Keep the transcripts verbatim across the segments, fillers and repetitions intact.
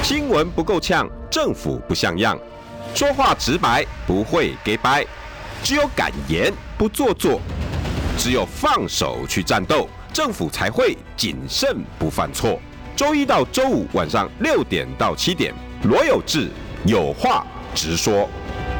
新闻不够呛，政府不像样，说话直白，不会给掰，只有敢言不做作，只有放手去战斗，政府才会谨慎不犯错。周一到周五晚上六点到七点，罗有志有话直说。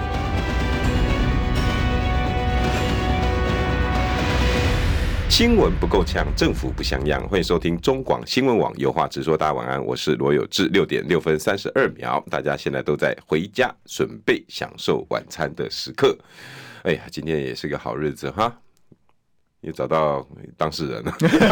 新闻不够呛，政府不像样。欢迎收听中广新闻网有话直说。大家晚安，我是罗有志。六点六分三十二秒，大家现在都在回家准备享受晚餐的时刻。哎呀，今天也是个好日子哈，也找到当事人了。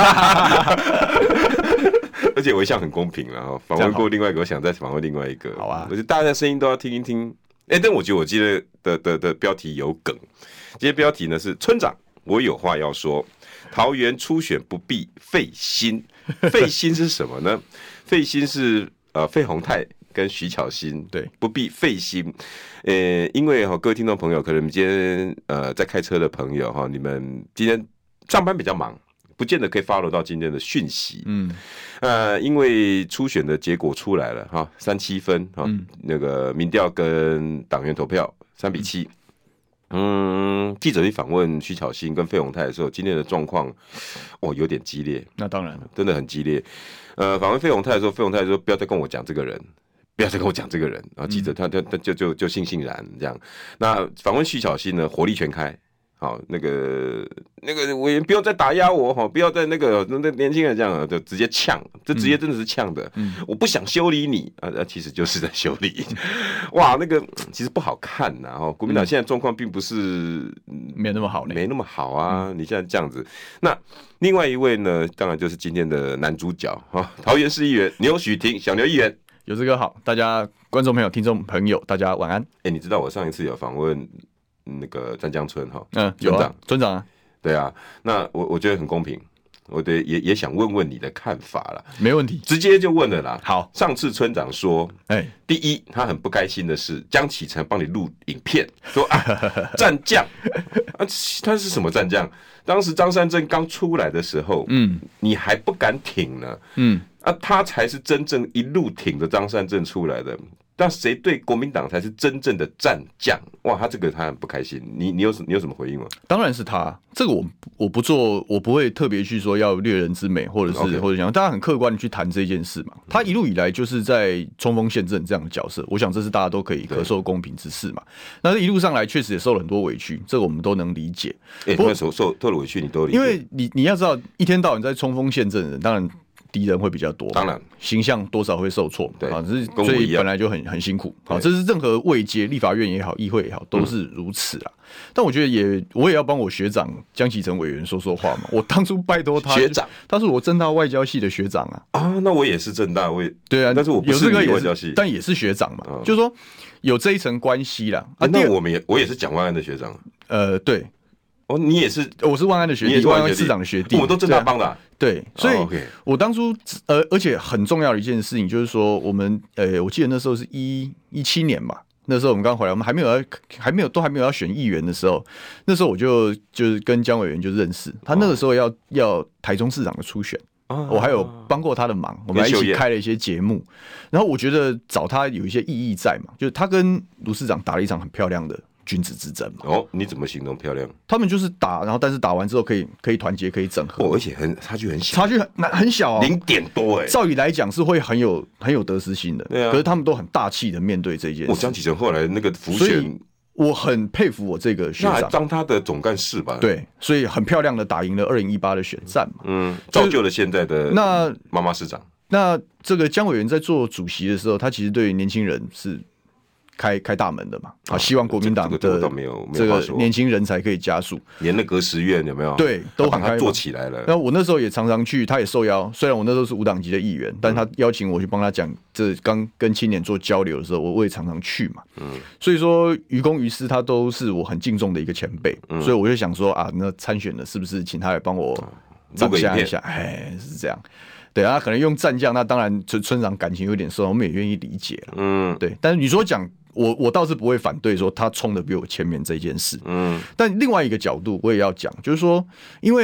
而且我一向很公平了，访问过另外一个，我想再访问另外一个。 好啊， 我觉得大家的声音都要听一听。哎，但我觉得我记得的的的标题有梗。今天标题呢是村长，我有话要说。桃园初选不必费心，费心是什么呢？费心是呃费鸿泰跟徐巧芯， 对， 不必费心。呃，因为哈，各位听众朋友，可能今天呃在开车的朋友哈，你们今天上班比较忙，不见得可以 follow 到今天的讯息。嗯，呃，因为初选的结果出来了哈，三七分哈，嗯、那个民调跟党员投票三比七。嗯，记者去访问徐巧芯跟费鸿泰的时候，今天的状况哦有点激烈。 那当然， 真的很激烈。呃，访问费鸿泰的时候，费鸿泰说不要再跟我讲这个人，不要再跟我讲这个人。然后记者他他他就就就悻悻然这样。那访问徐巧芯呢，火力全开。好，那个那个委员不要再打压我哈，不要再那个那年轻人这样就直接呛，这直接真的是呛的。嗯、我不想修理你啊，其实就是在修理。哇，那个其实不好看呐、啊、哈。国民党现在状况并不是、 嗯、没那么好， 没那么好啊。嗯、你现在这样子，那另外一位呢，当然就是今天的男主角哈，桃园市议员牛许婷，小牛议员。 有这个好，大家观众朋友、听众朋友，大家晚安。 哎、欸，你知道我上一次有访问。那个湛江村哈， 嗯，有啊，村长啊， 对啊，那我我觉得很公平，我的也也想问问你的看法啦， 没问题， 直接就问了啦。 好， 上次村长说，哎、欸，第一他很不开心的是江启臣帮你录影片，说啊战将啊，他是什么战将？当时张善政刚出来的时候，嗯，你还不敢挺呢，嗯，啊，他才是真正一路挺着张善政出来的。但谁对国民党才是真正的战将？哇，他这个他很不开心。你你有你有什么回应吗？ 当然是他，这个我我不做，我不会特别去说要掠人之美，或者是、okay. 或者讲，大家很客观的去谈这件事嘛。他一路以来就是在冲锋陷阵这样的角色，我想这是大家都可以可受公平之事嘛。那这一路上来确实也受了很多委屈，这个我们都能理解。 哎、欸，受受受了委屈你都理解， 因为你你要知道，一天到晚在冲锋陷阵的人，当然。敌人会比较多， 当然形象多少会受挫， 对啊，所以本来就很很辛苦，好，这是任何位阶，立法院也好，议会也好，都是如此啦。嗯、但我觉得也，我也要帮我学长江启臣委员说说话嘛。我当初拜托他， 学长， 他是我政大外交系的学长啊。 啊，那我也是政大，我也对啊， 但是我不是你外交系， 但也是学长嘛，嗯、就是说有这一层关系啦。 啊，那我们也我也是蒋万安的学长， 呃，对。 哦，你也是， 我是万安的学弟，万安市长的学弟， 我们都正大帮的、啊。 对，所以， 哦 okay、 我当初，呃，而且很重要的一件事情就是说，我们，呃，我记得那时候是一一七年吧，那时候我们刚回来，我们还没有要，还没有都还没有要选议员的时候，那时候我就就是跟江委员就认识，他那个时候要、哦、要台中市长的初选。哦、我还有帮过他的忙，我们还一起开了一些节目，然后我觉得找他有一些意义在嘛，就是他跟卢市长打了一场很漂亮的君子之争嘛。 哦，你怎么形容漂亮？ 他们就是打，然后但是打完之后可以可以团结，可以整合， 哦、而且很差距很小， 差距很很小啊、哦， 零点多哎。 照理来讲是会很有很有得失心的，对啊。可是他们都很大气的面对这件事。 我江启臣后来那个浮选， 我很佩服我这个学长， 那还当他的总干事吧？ 对，所以很漂亮的打赢了二零一八的选战嘛， 嗯，造就了现在的那妈妈市长。 那这个江委员在做主席的时候，他其实对年轻人是开开大门的嘛，啊，希望国民党的这个年轻人才可以加速， 连那革实院有没有？ 对，都很开做起来了。 那我那时候也常常去，他也受邀，虽然我那时候是无党籍的议员，但他邀请我去帮他讲，这刚跟青年做交流的时候，我我也常常去嘛。嗯，所以说于公于私，他都是我很敬重的一个前辈，嗯、所以我就想说啊，那参选了是不是请他来帮我掌下一下？哎，是这样。对啊，可能用战将，那当然村村长感情有点受，我们也愿意理解了。嗯，对。但是你说讲，我我倒是不会反对说他冲的比我前面这件事。嗯，但另外一个角度我也要讲，就是说，因为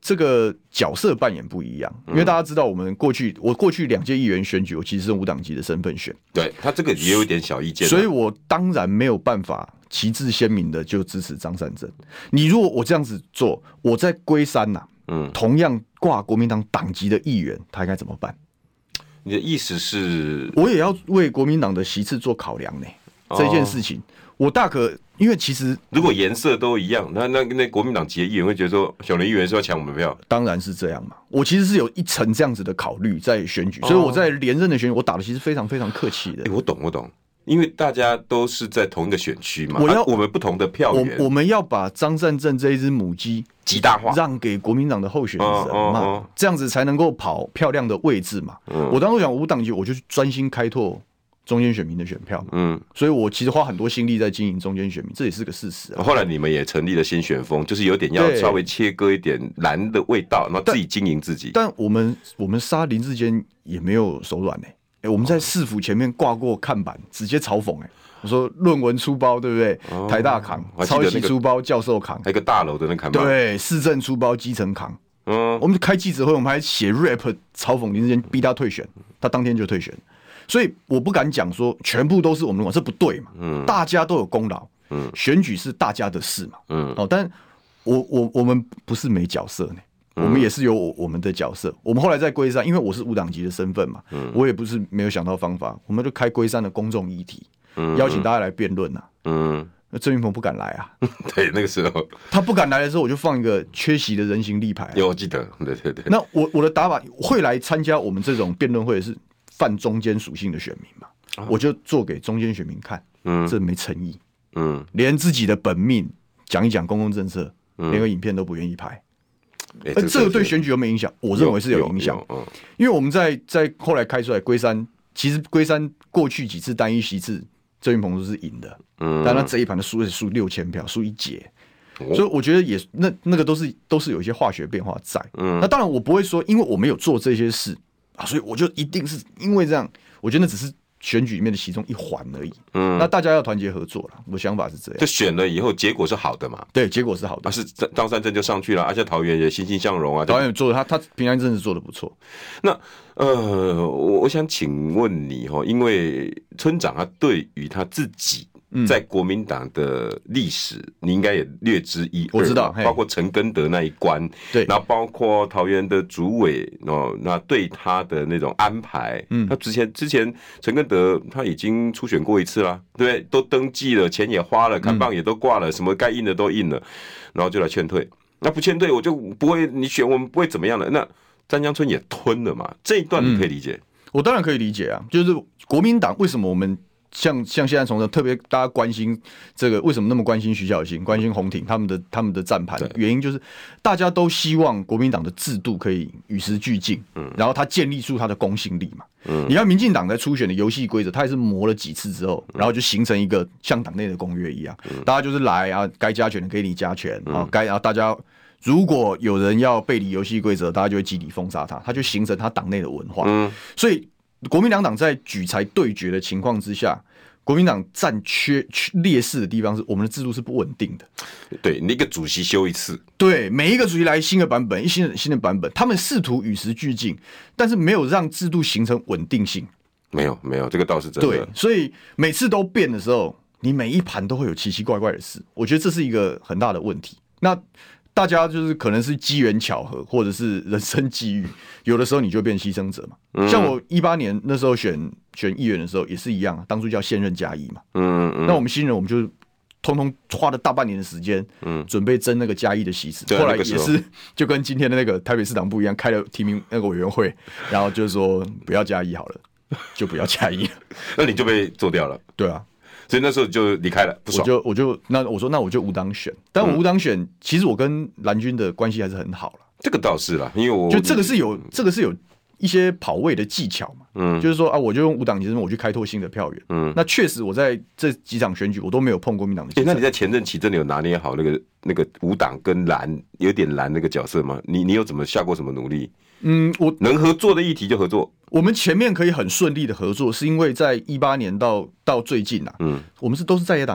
这个角色扮演不一样，因为大家知道我们过去我过去两届议员选举，我其实是无党籍的身份选， 对他这个也有一点小意见、啊， 所以我当然没有办法旗帜鲜明的就支持张善政。你如果我这样子做，我在龟山呐、啊，嗯，同样挂国民党党籍的议员，他该怎么办？ 你的意思是， 我也要为国民党的席次做考量呢？这件事情，我大可。因为其实如果颜色都一样，那那那国民党籍的议员会觉得说，小林议员是要抢我们票， 当然是这样嘛。我其实是有一层这样子的考虑在选举，所以我在连任的选举，我打的其实非常非常客气的。 欸、我懂，我懂，因为大家都是在同一个选区嘛， 我要、啊、 我们不同的票源， 我, 我们要把张善政这一只母鸡极大化， 让给国民党的候选人嘛，哦哦哦这样子才能够跑漂亮的位置嘛。嗯、我当初讲无党籍，我就专心开拓中间选民的选票，嗯，所以我其实花很多心力在经营中间选民，这也是个事实啊。 后来你们也成立了新选风，就是有点要稍微切割一点蓝的味道，然后自己经营自己。 但, 但我们我们杀林智坚也没有手软呢、欸欸，我们在市府前面挂过看板，直接嘲讽哎、欸，我说论文出包对不对？哦、台大扛，抄袭出包教授扛， 还有一个大楼的那看板， 对，市政出包基层扛。嗯，我们开记者会，我们还写 rap 嘲讽林智坚，逼他退选，他当天就退选。所以我不敢讲说全部都是我们的功劳，这不对嘛。嗯，大家都有功劳。嗯，选举是大家的事嘛。嗯，哦，但我我我们不是没角色呢，嗯、我们也是有我们的角色。我们后来在龟山，因为我是无党籍的身份嘛，嗯、我也不是没有想到方法，我们就开龟山的公众议题，嗯、邀请大家来辩论呐。嗯，那郑运鹏不敢来啊。 对，那个时候他不敢来的时候，我就放一个缺席的人形立牌、啊。 有，我记得。对对对。 那我我的打法会来参加我们这种辩论会是。泛中间属性的选民嘛，啊、我就做给中间选民看，嗯，这没诚意，嗯，连自己的本命讲一讲公共政策，嗯、连个影片都不愿意拍，欸、这, 这个对选举有没有影响？我认为是有影响，因为我们在在后来开出来龟山，其实龟山过去几次单一席次，郑运鹏都是赢的，嗯，但他这一盘的输是输六千票，输一截。哦、所以我觉得也那那个都是都是有一些化学变化在，嗯，那当然我不会说，因为我没有做这些事。啊、所以我就一定是因为这样，我觉得那只是选举里面的其中一环而已。嗯，那大家要团结合作了。我的想法是这样。 就选了以后，结果是好的嘛？ 对，结果是好的。 啊，是张善政就上去了，而且桃园也欣欣向荣啊。 桃园也做的，他他平安真的做的不错。 那呃，我我想请问你哈，因为村长他对于他自己。在国民党的历史，你应该也略知一二。 我知道， 包括陈根德那一关， 对， 然后包括桃园的主委哦，那对他的那种安排，嗯，他之前之前陈根德他已经初选过一次啦，对不对？都登记了，钱也花了，看棒也都挂了，什么该印的都印了，然后就来劝退。那不劝退，我就不会，你选我们不会怎么样了。那詹江村也吞了嘛，这一段你可以理解。 嗯、我当然可以理解啊，就是国民党为什么我们。像像现在从特别大家关心这个为什么那么关心徐小新、关心洪挺他们的他们的战盘，原因就是大家都希望国民党的制度可以与时俱进，嗯，然后他建立出他的公信力嘛，嗯，你看民进党在初选的游戏规则，他也是磨了几次之后，然后就形成一个像党内的公约一样，嗯、大家就是来啊，该加权的给你加权啊，该啊大家如果有人要背离游戏规则，大家就会集体封杀他，他就形成他党内的文化，嗯，所以。国民两党在举才对决的情况之下，国民党占缺劣势的地方是我们的制度是不稳定的。 对，你一个主席修一次， 对，每一个主席来新的版本，新的新的版本，他们试图与时俱进，但是没有让制度形成稳定性。 没有，没有，这个倒是真的。 对，所以每次都变的时候，你每一盘都会有奇奇怪怪的事，我觉得这是一个很大的问题。那大家就是可能是机缘巧合，或者是人生际遇，有的时候你就变牺牲者嘛。嗯、像我一八年那时候选选议员的时候也是一样啊，当初叫现任加一嘛。嗯嗯。那我们新人我们就通通花了大半年的时间，嗯，准备争那个加一的席次。后来也是就跟今天的那个台北市党部一样，开了提名那个委员会，然后就是说不要加一好了，就不要加一。 那你就被做掉了。 对啊。 所以那时候就离开了，不爽。 我就我就那我说那我就无党选，但我无党选，嗯、其实我跟蓝军的关系还是很好了。 这个倒是啦，因为我就这个是有这个是有一些跑位的技巧嘛，嗯，就是说啊，我就用无党籍身份我去开拓新的票源，嗯，那确实我在这几场选举我都没有碰国民党的。 欸，那你在前任期真的有拿捏好那个那个无党跟蓝有点蓝那个角色吗？你你有怎么下过什么努力？ 嗯，我能合作的议题就合作。 我们前面可以很顺利的合作，是因为在一八年到到最近啊，嗯，我们是都是在野党啊，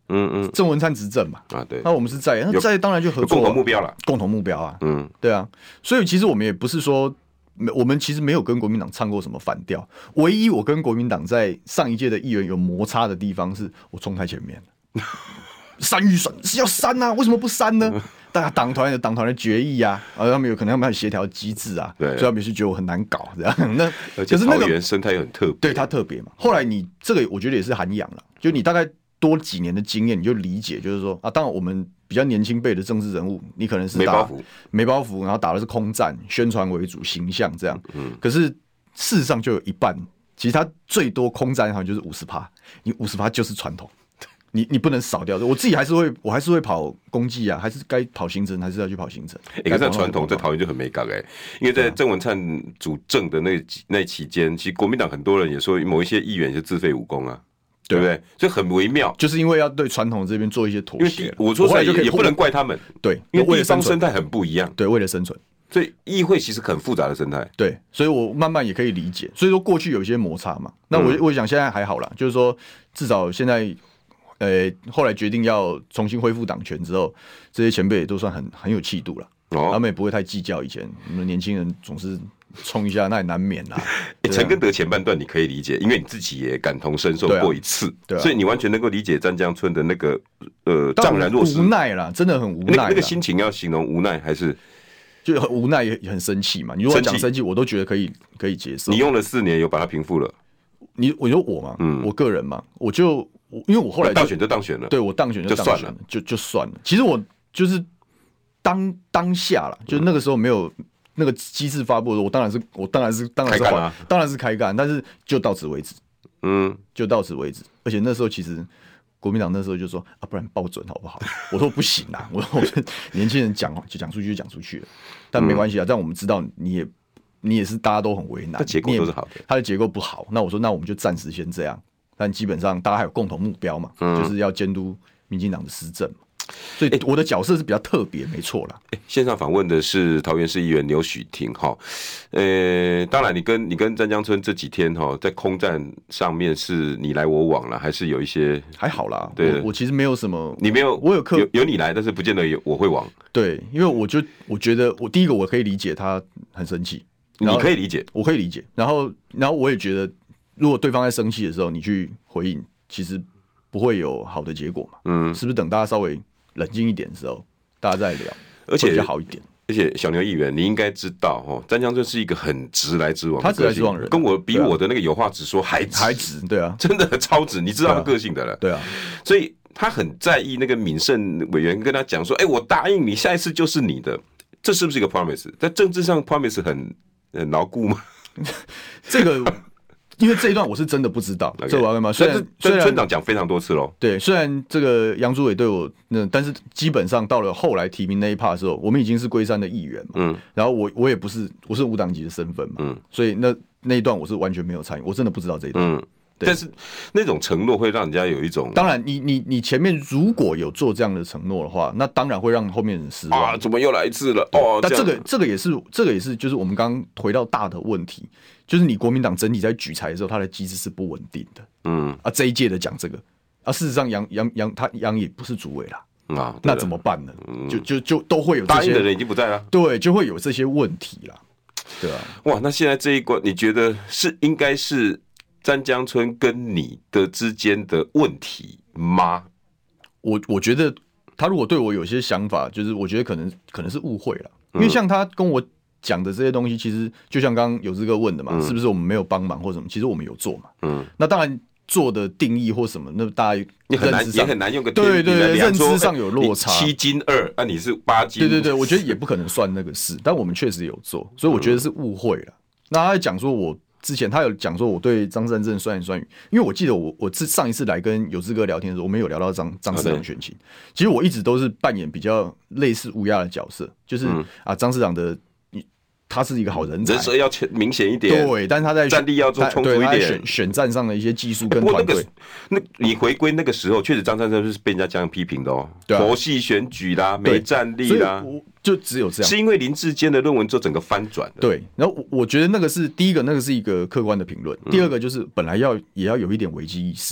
嗯嗯，郑文灿执政嘛， 啊对， 那我们是在那在当然就合作、啊、 共同目标了， 共同目标啊， 嗯， 对啊，所以其实我们也不是说。我们其实没有跟国民党唱过什么反调，唯一我跟国民党在上一届的议员有摩擦的地方，是我冲太前面了。删预算是要删啊，为什么不删呢？大家党团有党团的决议啊，然后他们有可能他们有协调机制啊，所以他们是觉得我很难搞这样。那而且桃园生态又很特别， 对它特别嘛。后来你这个我觉得也是涵养了，就你大概多几年的经验，你就理解，就是说啊，当然我们比较年轻辈的政治人物，你可能是打没包袱， 没包袱，然后打的是空战，宣传为主，形象这样。嗯，可是事实上就有一半，其实他最多空战好像就是五十趴，你五十趴就是传统。你你不能少掉，我自己还是会，我还是会跑公祭啊，还是该跑行程，还是要去跑行程。 哎、欸，可是传统在桃园就很没港哎、欸，因为在郑文灿主政的那那期间，其实国民党很多人也说，某一些议员就自废武功啊，对不对？所以很微妙， 就是因为要对传统这边做一些妥协。 我说出来也也不能怪他们， 对， 因为地方生态很不一样， 对，为了生存。 所以议会其实很复杂的生态， 对，所以我慢慢也可以理解。所以说过去有一些摩擦嘛，那我、嗯、我想现在还好啦，就是说至少现在。呃，后来决定要重新恢复党权之后，这些前辈也都算很很有气度了，哦、他们也不会太计较以前我们年轻人总是冲一下，那也难免啦。 陈根德前半段你可以理解，因为你自己也感同身受过一次， 对啊对啊、 所以你完全能够理解詹江村的那个呃怅然若失、 无奈啦，真的很无奈那。 那个心情要形容无奈还是？ 就很无奈也很生气嘛。你如果讲生气，我都觉得可以可以接受。 你用了四年，有把它平复了。 你我说我嘛，嗯，我个人嘛，我就。因为我后来当选就当选了， 对我当选就当选了，就就算了。其实我就是当当下了，就是那个时候没有那个机制发布的时候，我当然是我当然是当然是开干啊， 当然是开干，但是就到此为止，嗯，就到此为止。而且那时候其实国民党那时候就说啊，不然报准好不好？我说不行啊，我说我年轻人讲就讲出去就讲出去了，但没关系啊，但我们知道你也你也是大家都很为难， 结构都是好的， 它的结构不好，那我说那我们就暂时先这样。但基本上大家还有共同目标嘛，嗯、就是要监督民进党的施政，所以我的角色是比较特别，没错啦。 欸、线上访问的是桃园市议员刘许婷哈，呃，当然你跟你跟詹江村这几天哈，在空战上面是你来我往了，还是有一些还好啦。 对， 我, 我其实没有什么， 你没有， 我有课有, 有你来，但是不见得有我会往。 对，因为我就我觉得我第一个我可以理解他很生气， 你可以理解， 我可以理解，然后然后我也觉得。如果对方在生气的时候，你去回应，其实不会有好的结果嘛。嗯，是不是等大家稍微冷静一点的时候，大家再聊， 而且比较好一点。 而且小牛议员，你应该知道哦，詹江村是一个很直来直往的个性， 他直来直往人， 跟我比我的那个有话直说还直， 还直，对啊， 真的超直，你知道他个性的了， 对啊， 所以他很在意那个敏胜委员跟他讲说，哎、欸，我答应你，下一次就是你的，这是不是一个 promise？ 在政治上 promise 很很牢固吗？ 这个。因为这一段我是真的不知道， okay, 这我要干嘛？虽然虽然村长讲非常多次喽， 对，虽然这个杨主委对我那，但是基本上到了后来提名那一 part 的时候，我们已经是龟山的议员嘛，嗯，然后我我也不是我是无党籍的身份嘛，嗯，所以那那一段我是完全没有参与，我真的不知道这一段，嗯， 但是那种承诺会让人家有一种， 当然你你你前面如果有做这样的承诺的话，那当然会让后面人失望啊，怎么又来一次了？哦， 但这个这个也是这个也是就是我们刚刚回到大的问题。就是你国民党整体在举才的时候，它的机制是不稳定的。嗯啊，这一届的讲这个啊，事实上杨杨杨他杨也不是主委啦啊，那怎么办呢？嗯、就就就都会有这些答应的人已经不在了， 对，就会有这些问题啦，对啊。 哇，那现在这一关，你觉得是应该是詹江村跟你的之间的问题吗？ 我我觉得他如果对我有些想法，就是我觉得可能可能是误会了，因为像他跟我。讲的这些东西，其实就像刚刚有志哥问的嘛、嗯，是不是我们没有帮忙或什么？其实我们有做嘛。嗯，那当然做的定义或什么，那大家你很难也很难用个对对对认知上有落差。 七斤二，啊，你是八斤。 对对对，我觉得也不可能算那个事，但我们确实有做，所以我觉得是误会了。嗯、那他讲说我之前他有讲说我对张善政酸言酸语，因为我记得我我上一次来跟有志哥聊天的时候，我们有聊到张张市长选情、啊，其实我一直都是扮演比较类似乌鸦的角色，就是、嗯、啊张市长的。他是一个好人才， 人设要明显一点， 对，但是他在战力要做充足一点， 选选战上的一些技术跟团队、欸。 那你回归那个时候，确实张善政是被人家这样批评的哦，佛系、啊、选举啦，没战力啦， 就只有这样。 是因为林智坚的论文就整个翻转了。 对，然后我觉得那个是第一个，那个是一个客观的评论、嗯。第二个就是本来要也要有一点危机意识啊。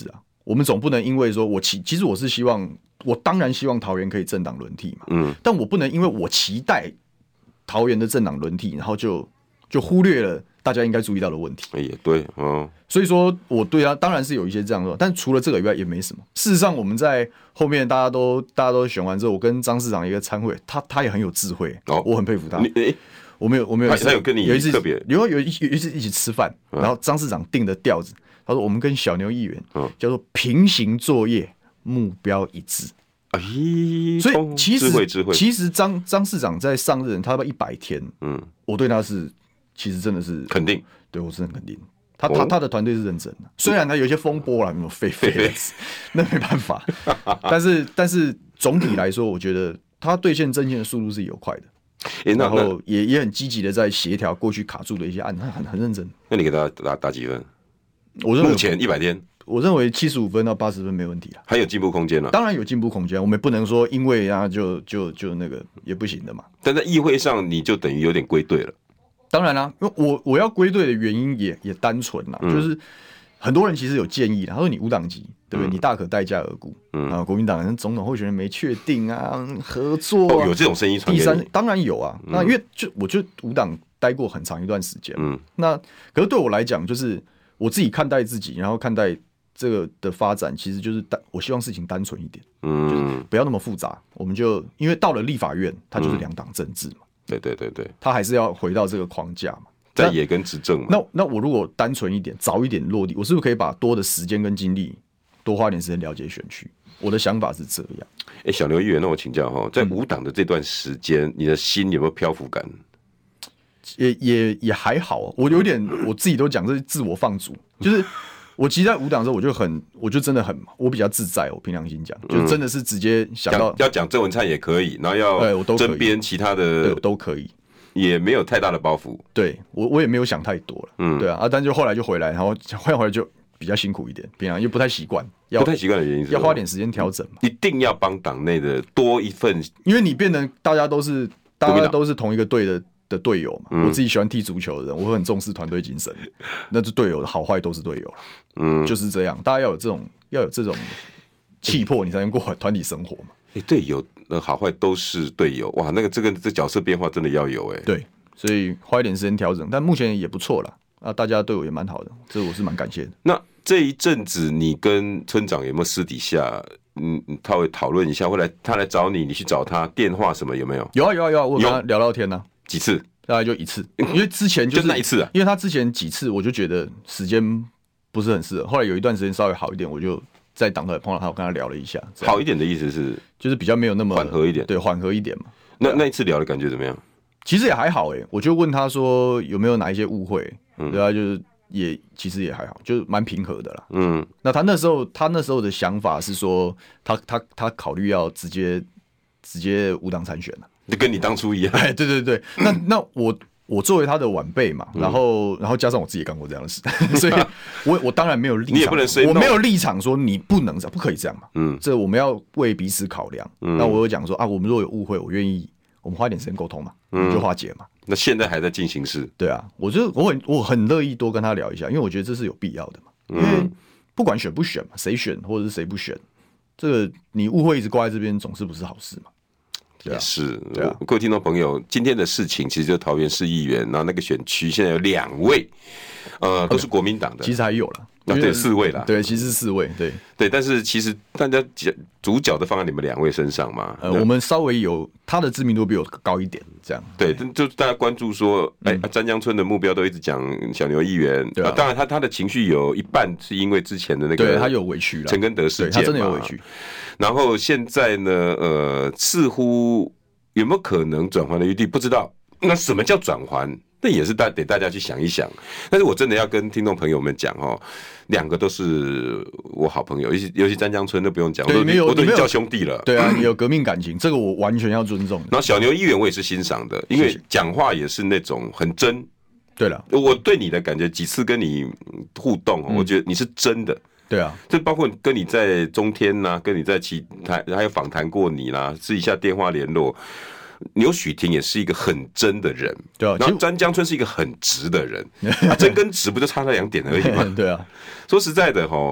我们总不能因为说我其其实我是希望，我当然希望桃园可以政党轮替嘛，嗯，但我不能因为我期待桃园的政党轮替，然后就就忽略了大家应该注意到的问题。 也对，哦， 所以说我对他当然是有一些这样的，但除了这个以外也没什么。事实上，我们在后面大家都大家都选完之后，我跟张市长一个参会，他他也很有智慧，哦、我很佩服他。我们有我们有一次他有跟你有一次特别有有一有一次一起吃饭，嗯、然后张市长定的调子，他说我们跟小牛议员、嗯、叫做平行作业，目标一致。 哎， 所以其实智慧智慧其实张张市长在上任，他要一百天，嗯，我对他是其实真的是肯定， 对我是很肯定。他他他的团队是认真的，虽然他有一些风波啦，什么狒狒，那没办法。但是但是总体来说，我觉得他兑现政见的速度是有快的。欸、然后也也很积极的在协调过去卡住的一些案，很很认真。 那你给他打打几分？ 我认为目前一百天， 我认为七十五分到八十分没问题了， 还有进步空间了。 当然有进步空间，我们不能说因为啊就就就那个也不行的嘛。 但在议会上，你就等于有点归队了。 当然啦、啊，因为我我要归队的原因也也单纯啦、嗯，就是很多人其实有建议啦，他说你无党籍。对不对？你大可待价而沽。嗯啊，国民党总统候选人没确定啊，合作、啊哦、有这种声音传给你。 第三当然有啊，嗯、那因为就我就无党待过很长一段时间，嗯，那可是对我来讲，就是我自己看待自己，然后看待这个的发展，其实就是单我希望事情单纯一点，嗯，就是不要那么复杂。我们就因为到了立法院，它就是两党政治嘛，嗯、 对对对对， 它还是要回到这个框架嘛。 在野跟执政嘛。 那那我如果单纯一点，早一点落地，我是不是可以把多的时间跟精力？多花点时间了解选区，我的想法是这样。 哎、欸，小刘议员，那我请教哈，在无党的这段时间、嗯，你的心有没有漂浮感？ 也也也还好，我有点我自己都讲这是自我放逐，就是我其实在无党的时候，我就很，我就真的很，我比较自在，我凭良心讲，就真的是直接想到、 嗯、要讲郑文灿也可以，然后要争编其他的， 对，我都可以。 也没有太大的包袱， 对我我也没有想太多了，嗯，对啊，啊，但就后来就回来，然后换回来就比较辛苦一点，平常又不太习惯。 不太习惯的原因是要花点时间调整嘛， 一定要帮党内的多一份， 因为你变成大家都是大家都是同一个队的的队友嘛、嗯。我自己喜欢踢足球的人，我很重视团队精神，那是队友的好坏都是队友，嗯，就是这样，大家要有这种要有这种气魄，你才能过团体生活嘛。 哎、欸，队友的好坏都是队友，哇，那个这个这角色变化真的要有哎、欸， 对，所以花一点时间调整，但目前也不错啦。啊，大家对我也蛮好的，这我是蛮感谢的。 那这一阵子，你跟村长有没有私底下，嗯，他会讨论一下，或来他来找你，你去找他，电话什么有没有？ 有啊有啊有啊，我跟他聊聊天啊， 几次？ 大概就一次，因为之前就是、 就那一次啊， 因为他之前几次我就觉得时间不是很适合，后来有一段时间稍微好一点，我就在党台碰到他，我跟他聊了一下。 好一点的意思是， 就是比较没有那么缓和一点， 对，缓和一点嘛。 那那一次聊的感觉怎么样？ 其实也还好哎、欸，我就问他说有没有哪一些误会，嗯、对啊，就是。也其实也还好，就是蛮平和的啦。嗯，那他那时候他那时候的想法是说，他他他考虑要直接直接无党参选了， 就跟你当初一样。 哎，对对对，那那我我作为他的晚辈嘛，然后然后加上我自己也干过这样的事，所以我我当然没有立场， 你也不能 say no， 我没有立场说你不能这样，不可以这样嘛。嗯，这我们要为彼此考量。嗯，那我有讲说啊，我们如果有误会，我愿意我们花一点时间沟通嘛，嗯，就化解嘛。 那现在还在进行式， 对啊，我就我很我很乐意多跟他聊一下，因为我觉得这是有必要的嘛。因为不管选不选嘛，谁选或者是谁不选，这个你误会一直挂在这边，总是不是好事嘛。 对啊、也是，对啊，各位听众朋友，今天的事情其实就是桃园市议员，然后那个选区现在有两位，呃，都是国民党的， 其实还有了。 啊，对，四位啦， 对，其实四位，对对，但是其实大家主角都放在你们两位身上嘛。 呃，我们稍微有他的知名度比我高一点，这样。 对，就大家关注说，哎、嗯，詹江村的目标都一直讲小牛议员，对啊，当然他他的情绪有一半是因为之前的那个， 对他有委屈了， 陈根德事件， 他真的有委屈。 然后现在呢，呃，似乎有没有可能转圜的余地？不知道。那什么叫转圜？那也是大得大家去想一想。但是我真的要跟听众朋友们讲哦，两个都是我好朋友，尤其尤其詹江村都不用讲，我都我都已经叫兄弟了。 对啊，你有革命感情，这个我完全要尊重。 然后小牛议员我也是欣赏的，因为讲话也是那种很真。 对了， 我对你的感觉，几次跟你互动，嗯、我觉得你是真的。 对啊， 这包括跟你在中天呐、啊，跟你在其他还有访谈过你啦，私底下电话联络。牛许婷也是一个很真的人， 对啊。 然后詹江村是一个很直的人，啊、真跟直不就差那两点而已吗？ 对啊。 说实在的哈，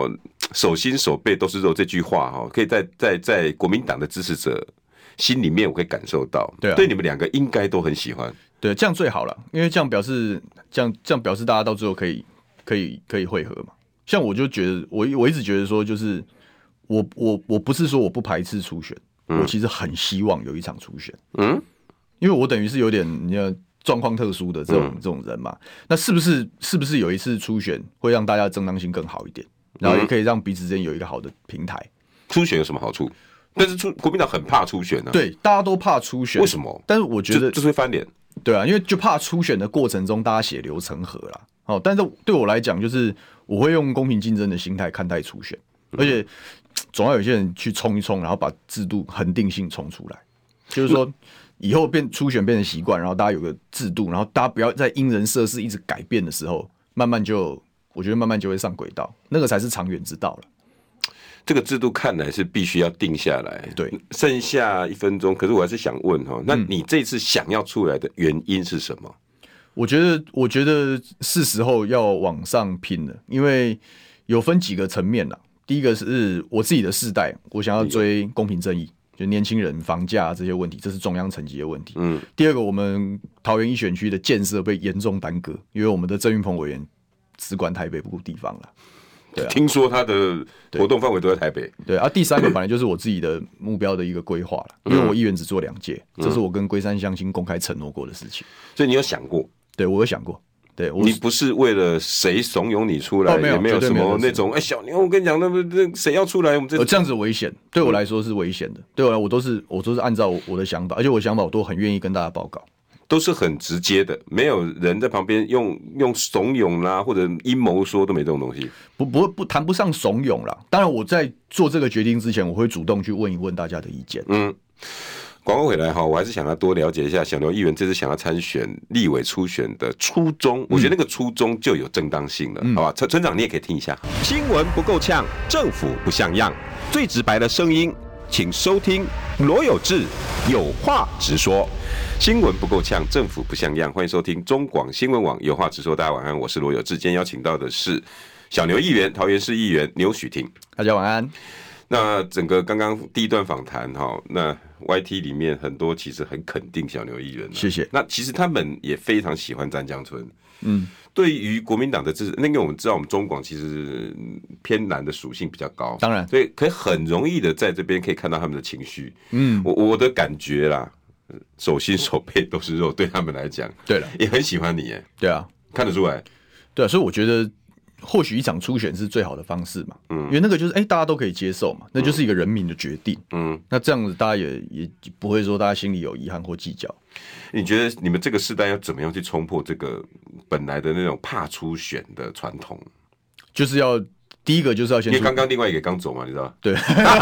手心手背都是肉这句话哈，可以在在在国民党的支持者心里面，我可以感受到，对、啊，对你们两个应该都很喜欢， 对，这样最好了，因为这样表示这样这样表示大家到最后可以可以可以会合嘛。像我就觉得，我我一直觉得说，就是我我我不是说我不排斥初选，嗯、我其实很希望有一场初选，嗯，因为我等于是有点你要状况特殊的这种、嗯、这种人嘛，那是不是是不是有一次初选会让大家的正当性更好一点，然后也可以让彼此之间有一个好的平台？ 初选有什么好处？但是初国民党很怕初选啊， 对，大家都怕初选， 为什么？ 但是我觉得就就是会翻脸， 对啊，因为就怕初选的过程中大家血流成河啦。哦，但是对我来讲，就是我会用公平竞争的心态看待初选，而且总要有些人去冲一冲，然后把制度恒定性冲出来，就是说以后变初选变成习惯，然后大家有个制度，然后大家不要在因人设事一直改变的时候，慢慢就我觉得慢慢就会上轨道，那个才是长远之道了。 这个制度看来是必须要定下来， 对， 剩下一分钟，可是我还是想问哈，那你这次想要出来的原因是什么？ 我觉得，我觉得是时候要往上拼了，因为有分几个层面啦。第一个是我自己的世代，我想要追公平正义，就年轻人房价这些问题，这是中央层级的问题。嗯。第二个，我们桃园一选区的建设被严重耽搁，因为我们的郑运鹏委员只管台北不顾地方了。对啊， 听说他的活动范围都在台北。 对啊，第三个本来就是我自己的目标的一个规划了，因为我议员只做两届，这是我跟龟山乡亲公开承诺过的事情。 所以你有想过？ 对，我有想过。对， 你不是为了谁怂恿你出来，哦、没有也没有什么那种哎、欸、小牛，我跟你讲，那那谁要出来，我们这、 呃、这样子危险，对我来说是危险的。对我来，我都是我都是按照我的想法，而且我的想法我都很愿意跟大家报告， 都是很直接的，没有人在旁边用用怂恿啦或者阴谋说，都没这种东西。 不不不，谈不上怂恿啦。当然，我在做这个决定之前，我会主动去问一问大家的意见。嗯。 广告回来哈，我还是想要多了解一下小牛议员这次想要参选立委初选的初衷。嗯、我觉得那个初衷就有正当性了，嗯、好吧？村村长你也可以听一下。新闻不够呛，政府不像样，最直白的声音，请收听罗有志有话直说。新闻不够呛，政府不像样，欢迎收听中广新闻网有话直说。大家晚安，我是罗有志。今天邀请到的是小牛议员，桃园市议员牛许婷。 大家晚安。 那整个刚刚第一段访谈哈，那 Y T 里面很多其实很肯定小牛议员， 谢谢。 那其实他们也非常喜欢詹江村，嗯，对于国民党的支持，那个我们知道我们中广其实偏蓝的属性比较高， 当然， 所以可以很容易的在这边可以看到他们的情绪，嗯，我我的感觉啦，手心手背都是肉，对他们来讲， 对了， 也很喜欢你，哎， 对啊， 看得出来， 对啊，所以我觉得。或许一场初选是最好的方式嘛，嗯，因为那个就是哎、欸，大家都可以接受嘛，那就是一个人民的决定，嗯，那这样子大家也也不会说大家心里有遗憾或计较。 你觉得你们这个世代要怎么样去冲破这个本来的那种怕初选的传统？ 就是要第一个就是要先， 因为刚刚另外一个刚走嘛，你知道？ 对，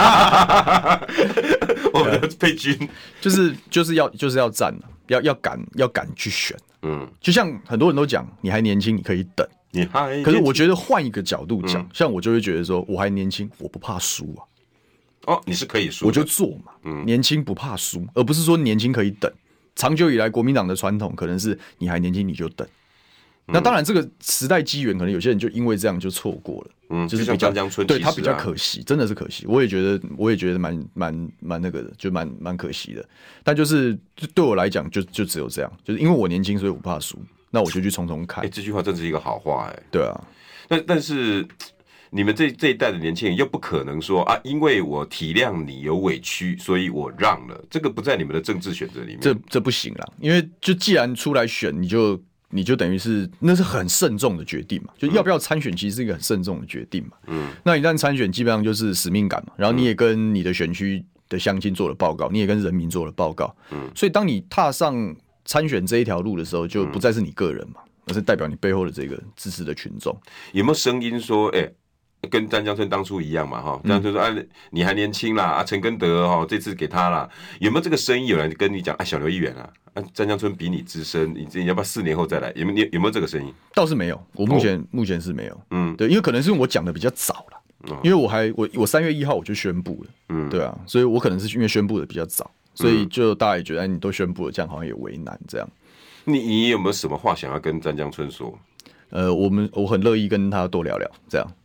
我们的配军就是就是要就是要战，要要敢要敢去选，嗯，就像很多人都讲，你还年轻，你可以等。 你还可是我觉得换一个角度讲，嗯、像我就会觉得说，我还年轻，我不怕输啊。 哦，你是可以输， 我就做嘛。嗯，年轻不怕输，而不是说年轻可以等。长久以来，国民党的传统可能是你还年轻你就等。嗯、那当然，这个时代机缘，可能有些人就因为这样就错过了。 嗯， 就是比较江村、啊， 对他比较可惜，真的是可惜。我也觉得，我也觉得蛮蛮蛮那个的，就蛮蛮可惜的。但就是就对我来讲，就就只有这样，就是因为我年轻，所以我不怕输。那我就去冲冲看。 哎、欸，这句话真是一个好话哎、欸。 对啊， 但但是你们这这一代的年轻人又不可能说啊，因为我体谅你有委屈，所以我让了。这个不在你们的政治选择里面。 这这不行啦，因为就既然出来选，你就你就等于是那是很慎重的决定嘛，就要不要参选，其实是一个很慎重的决定嘛。嗯。那一旦参选，基本上就是使命感嘛。然后你也跟你的选区的乡亲做了报告，你也跟人民做了报告。嗯。所以当你踏上参选这一条路的时候，就不再是你个人嘛，而是代表你背后的这个支持的群众。 有没有声音说，哎、欸，跟詹江村当初一样嘛，哈，詹江村说，啊，你还年轻啦，啊，陈根德哈，这次给他啦，有没有这个声音？有人跟你讲，啊，小刘议员啊，啊，詹江村比你资深，你你要不要四年后再来？有没有有没有这个声音？ 倒是没有，我目前、哦、目前是没有，嗯，对，因为可能是我讲的比较早了，嗯、因为我还我我三月一号我就宣布了，嗯，对啊，所以我可能是因为宣布的比较早。所以就大家也觉得，哎，你都宣布了，这样好像也为难这样。 你你有没有什么话想要跟詹江村说？ 呃，我们我很乐意跟他多聊聊，这样。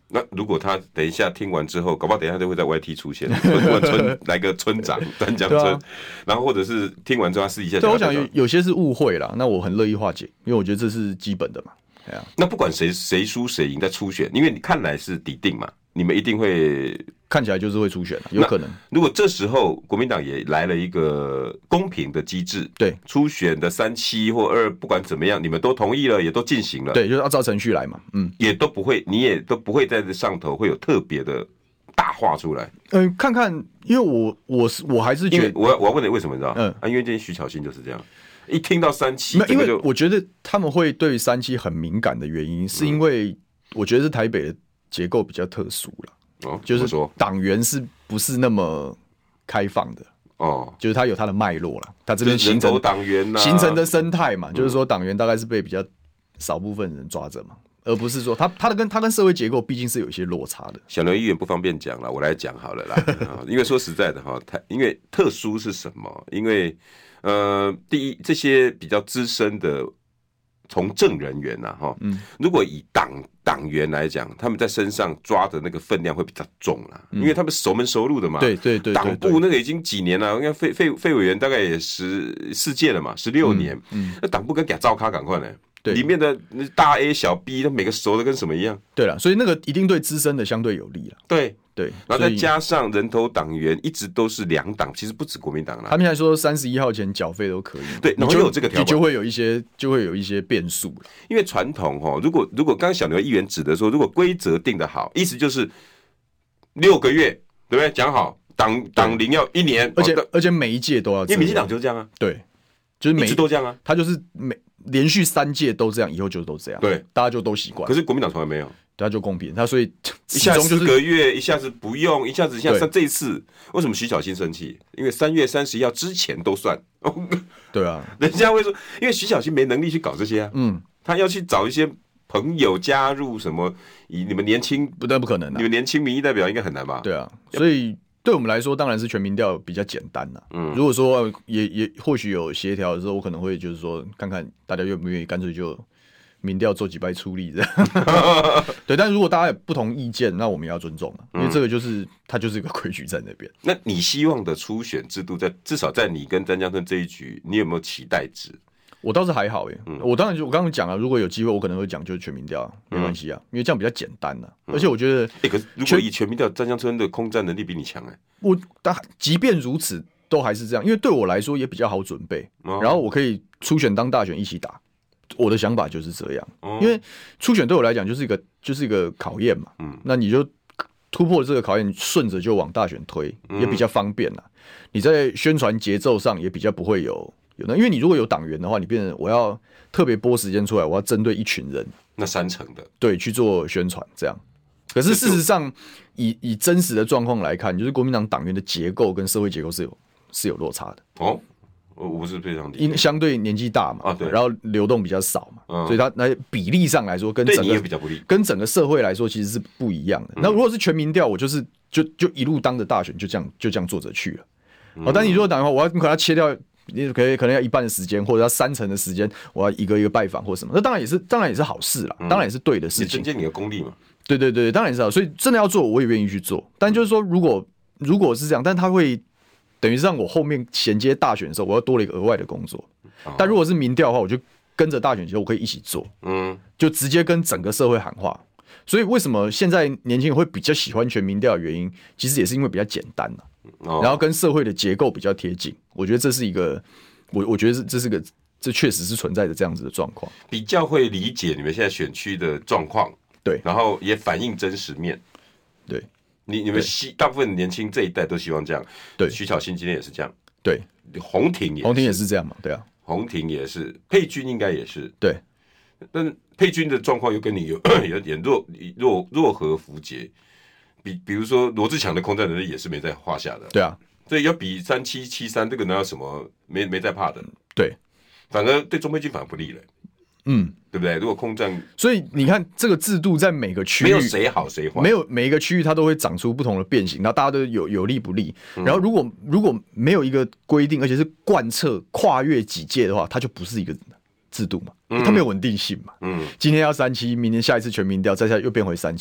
那如果他等一下听完之后，搞不好等一下就会在 Y T 出现，村村来个村长丹江村，啊、然后或者是听完之后他私底下， 对，我想有有些是误会啦，那我很乐意化解，因为我觉得这是基本的嘛。啊、 那不管谁谁输谁赢在初选，因为你看来是底定嘛，你们一定会看起来就是会初选，有可能。 如果这时候国民党也来了一个公平的机制， 对初选的三七或二，不管怎么样，你们都同意了，也都进行了， 对，就是按照程序来嘛，嗯， 也都不会，你也都不会在这上头会有特别的大话出来。 嗯、呃，看看，因为我我是我还是觉得， 我我要问你为什么，你知道？嗯，啊，因为今天徐巧芯就是这样。一听到三七， 因为我觉得他们会对三七很敏感的原因，是因为我觉得是台北的结构比较特殊了，哦，就是党员是不是那么开放的哦？就是它有它的脉络了，它这边形成党员形成的生态嘛，就是说党员大概是被比较少部分人抓着嘛，而不是说他他的跟他跟社会结构毕竟是有一些落差的。 小刘议员不方便讲了，我来讲好了啦，因为说实在的哈，因为特殊是什么？因为呃，第一，这些比较资深的从政人员呐、啊，哈，嗯，如果以党党员来讲，他们在身上抓的那个分量会比较重啦，嗯、因为他们熟门熟路的嘛， 对对 对, 对, 对， 党部那个已经几年了，应该废废废委员大概也十四届了嘛，十六年，嗯，那、嗯、党部跟给他照咖赶快呢。对，里面的大 A 小 B 都每个熟的跟什么一样。 对了，所以那个一定对资深的相对有利了。 对对， 然后再加上人头党员一直都是两党，其实不止国民党啦。 他们还说三十一号前缴费都可以。 对，然后有这个条款， 你就会有一些就会有一些变数了。 因为传统哈，如果如果刚刚小牛议员指的说，如果规则定得好，意思就是六个月，对不对？讲好党党龄要一年， 而且、哦、而且每一届都要这样， 因为民进党就是这样啊。 对，就是每一直都这样啊， 他就是每。连续三届都这样，以后就都这样， 对， 大家就都习惯。 可是国民党从来没有， 他就公平，他所以一下四个月，一下子不用，一下子像这一次，为什么徐巧芯生气？因为三月三十一号之前都算， 对啊， 人家会说，因为徐巧芯没能力去搞这些啊，嗯，他要去找一些朋友加入什么，以你们年轻不但不可能、啊， 你们年轻民意代表应该很难吧？ 对啊，所以。对我们来说，当然是全民调比较简单啦。嗯，如果说也也或许有协调的时候，我可能会就是说，看看大家愿不愿意，干脆就民调做几拜出力这样。对，但如果大家有不同意见，那我们也要尊重嘛，因为这个就是它就是一个规矩在那边。 那你希望的初选制度在，在至少在你跟詹江村这一局，你有没有期待值？ 我倒是还好耶，嗯、我当然就我刚刚讲了，如果有机会，我可能会讲就是全民调，没关系啊，嗯、因为这样比较简单啊。嗯、而且我觉得， 哎、欸，可是如果以全民调，詹江村的空战能力比你强哎、欸。 我但即便如此，都还是这样，因为对我来说也比较好准备，哦、然后我可以初选当大选一起打。我的想法就是这样，哦、因为初选对我来讲就是一个就是一个考验嘛，嗯，那你就突破这个考验，顺着就往大选推，也比较方便啦。嗯、你在宣传节奏上也比较不会有。因为你如果有党员的话，你变成我要特别拨时间出来，我要针对一群人， 那三成的对去做宣传，这样。可是事实上，以以真实的状况来看，就是国民党党员的结构跟社会结构是有是有落差的。 哦，我不是非常理解， 因相对年纪大嘛，啊对，然后流动比较少嘛， 嗯、 所以它那比例上来说，跟整个也比较不利， 跟整个社会来说其实是不一样的。嗯、那如果是全民调，我就是就就一路当着大选，就这样就这样做着去了。嗯、哦，但你如果党的话，我要可能要切掉。你可以可能要一半的时间，或者要三成的时间，我要一个一个拜访或什么，那当然也是当然也是好事啦，当然也是对的事情， 增加你的功力嘛。 对对对，当然也是好，所以真的要做，我也愿意去做。但就是说，如果如果是这样，但他会等于是让我后面衔接大选的时候，我要多了一个额外的工作。哦、但如果是民调的话，我就跟着大选节奏，我可以一起做，嗯，就直接跟整个社会喊话。所以为什么现在年轻人会比较喜欢全民调的原因，其实也是因为比较简单啦。哦、然后跟社会的结构比较贴近，我觉得这是一个，我我觉得这是个，这确实是存在着这样子的状况， 比较会理解你们现在选区的状况， 对， 然后也反映真实面， 对， 你你们希大部分年轻这一代都希望这样， 对， 徐巧芯今天也是这样， 对， 洪庭也是， 洪庭也是这样嘛，对啊， 洪庭也是，佩君应该也是， 对， 但是佩君的状况又跟你有有点弱弱弱和符节。比比如说罗志强的空战能力也是没在话下的， 对啊， 所以要比三七七三这个哪有什么没没在怕的， 对， 反而对钟佩君反而不利了，嗯，对不对？如果空战， 所以你看这个制度在每个区域没有谁好谁坏， 没有每一个区域它都会长出不同的变形，然后大家都有有利不利，嗯、然后如果如果没有一个规定，而且是贯彻跨越几届的话，它就不是一个制度嘛，嗯、它没有稳定性嘛，嗯，今天要三七，明天下一次全民调，再下又变回三七。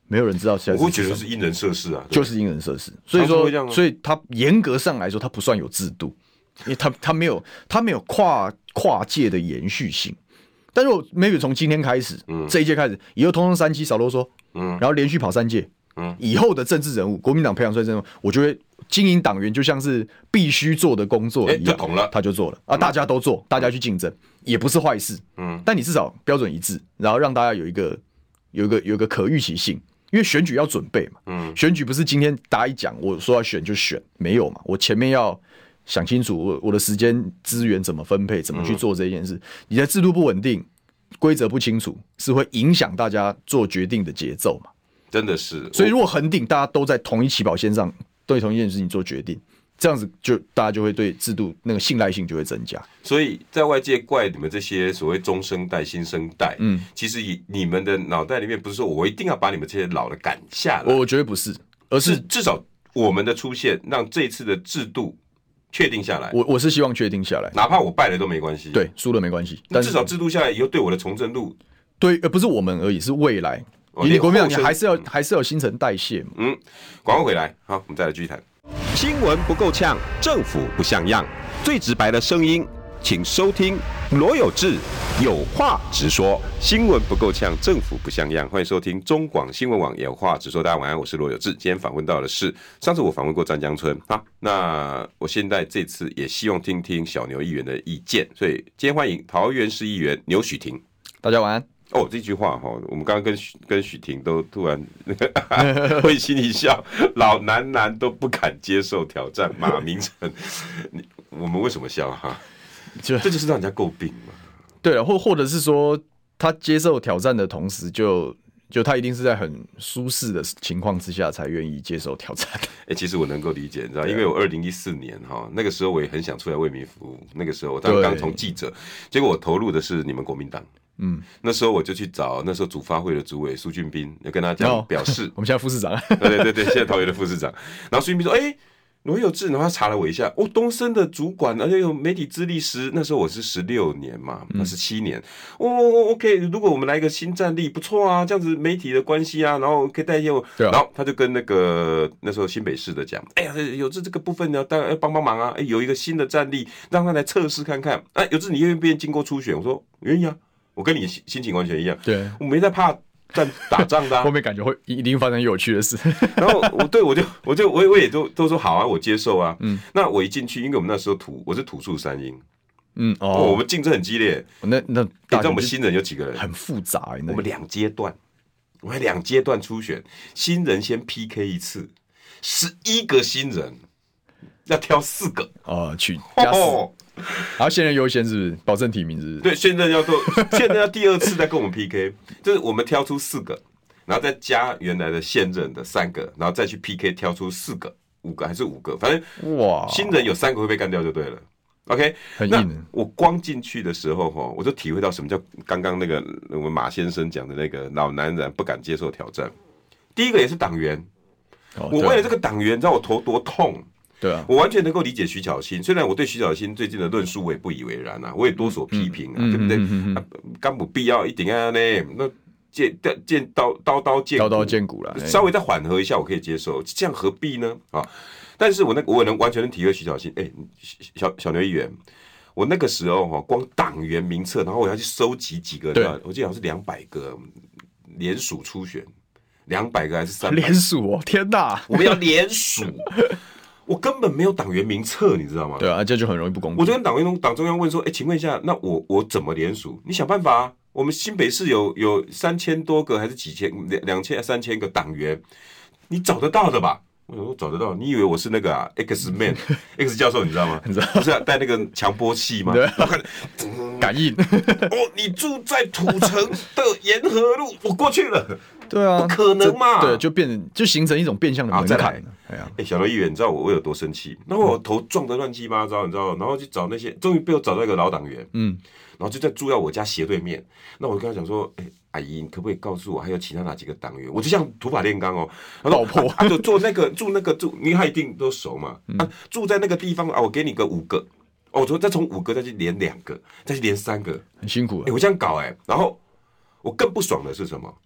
没有人知道下一次。 我会觉得是因人设事啊， 就是因人设事。所以说， 啊、 所以它严格上来说，它不算有制度，因为它它没有它没有跨跨界的延续性。但是我 maybe 从今天开始，嗯、这一届开始，以后通通三期少啰嗦，嗯，然后连续跑三届，嗯，以后的政治人物，国民党培养出来的人物，我觉得经营党员就像是必须做的工作一样， 懂了， 他就做了啊，大家都做，大家去竞争，也不是坏事，嗯，但你至少标准一致，然后让大家有一个有一个有一个可预期性。因为选举要准备嘛，嗯，选举不是今天大家一讲我说要选就选，没有嘛，我前面要想清楚我我的时间资源怎么分配，怎么去做这件事。嗯、你的制度不稳定，规则不清楚，是会影响大家做决定的节奏嘛？ 真的是， 所以如果恒定大家都在同一起跑线上，对同一件事情做决定。这样子就大家就会对制度那个信赖性就会增加， 所以在外界怪你们这些所谓中生代、新生代，嗯，其实你们的脑袋里面不是说我一定要把你们这些老的赶下来， 我觉得不是，而是至少我们的出现让这一次的制度确定下来。 我我是希望确定下来， 哪怕我败了都没关系， 对，输了没关系， 但至少制度下来以后对我的从政路， 对，呃，不是我们而已，是未来。哦、你国民党你还是要、嗯、还是要有新陈代谢嘛。 嗯，广告回来，好，我们再来继续谈。 新闻不够呛，政府不像样，最直白的声音，请收听罗有志有话直说。 新闻不够呛，政府不像样，欢迎收听中广新闻网有话直说。大家晚安，我是罗有志。今天访问到的是上次我访问过詹江村，好，那我现在这次也希望听听小牛议员的意见，所以今天欢迎桃园市议员牛许婷。 大家晚安。 哦，这句话哈，我们刚刚跟跟许婷都突然会心一笑，老男男都不敢接受挑战马明成，我们为什么笑哈？就这就是让人家诟病嘛。 对了，或或者是说他接受挑战的同时就，就他一定是在很舒适的情况之下才愿意接受挑战。 哎、欸，其实我能够理解，你知道，因为我二零一四年哈那个时候我也很想出来为民服务，那个时候我刚刚从记者，结果我投入的是你们国民党。嗯，那时候我就去找那时候主发会的主委苏俊斌，要跟他讲表示， 我们现在副市长， 对对对对，现在桃园的副市长。然后苏俊斌说：“哎、欸，罗有志。”然后他查了我一下，哦，东森的主管，而且有媒体资历十，那时候我是十六年嘛，那十七年。哦哦 ，OK， 如果我们来一个新战力，不错啊，这样子媒体的关系啊，然后可以带业务。对啊、然后他就跟那个那时候新北市的讲：“哎呀，有志这个部分呢，当然要帮帮忙啊，哎，有一个新的战力，让他来测试看看。哎，有志你愿不愿意经过初选？”我说：“愿意啊。”我跟你心情完全一样，对，我没在怕战打仗的、啊， 后面感觉会一定发生有趣的事。 然后我对我就我就我我也都都说好啊，我接受啊。嗯，那我一进去，因为我们那时候土我是土树三英，嗯哦，哦，我们竞争很激烈。 那那你知道我们新人有几个人？ 很复杂、欸。 我们两阶段，我们两阶段初选，新人先 P K 一次，十一个新人要挑四个哦，去加四。哦然后现任优先是不是保证提名是不是？ 对，现任要做，现任要第二次再跟我们 P K， 就是我们挑出四个，然后再加原来的现任的三个，然后再去 P K 挑出四个、五个还是五个，反正哇，新人有三个会被干掉就对了。OK， 很硬的。 我光进去的时候哈，我就体会到什么叫刚刚那个我们马先生讲的那个老男人不敢接受挑战。第一个也是党员，哦、我为了这个党员，你知道我头多痛。 对啊， 我完全能够理解徐巧芯，虽然我对徐巧芯最近的论述我也不以为然啊，我也多所批评啊，嗯、对不对？嗯啊、干不必要一定要呢，那见见刀刀刀见骨， 刀刀见骨了， 稍微再缓和一下我可以接受，这样何必呢？啊！但是我那我能完全能体会徐巧芯，哎、欸，小小牛议员，我那个时候哈，光党员名册，然后我要去收集几个，我记得好像是两百个联署初选，两百个还是三百？ 联署哦，天哪！ 我们要联署。我根本没有党员名册，你知道吗？ 对啊，这就很容易不公平。 我就跟党员党中央问说：“哎、欸，请问一下，那我我怎么联署？你想办法啊！我们新北市有有三千多个还是几千两千三千个党员，你找得到的吧？”我说：“找得到。”你以为我是那个啊 X Man X 教授，你知道吗？你知道不是带那个强波器吗？ 感应。 哦，你住在土城的沿河路，我过去了。 对啊， 不可能嘛！ 对，就变成就形成一种变相的门槛。 哎呀，哎，小刘议员，你知道我我有多生气？然后我头撞得乱七八糟，你知道？然后去找那些，终于被我找到一个老党员，嗯，然后就在住在我家斜对面。那我就跟他讲说，哎、欸，阿姨，你可不可以告诉我还有其他哪几个党员？我就像土法炼钢哦， 老婆， 他、啊、就住那个住那个住，因为他一定都熟嘛，嗯、啊，住在那个地方啊，我给你个五个，哦，我说再从五个再去连两个，再去连三个， 很辛苦、啊。 哎、欸，我这样搞哎、欸，然后我更不爽的是什么？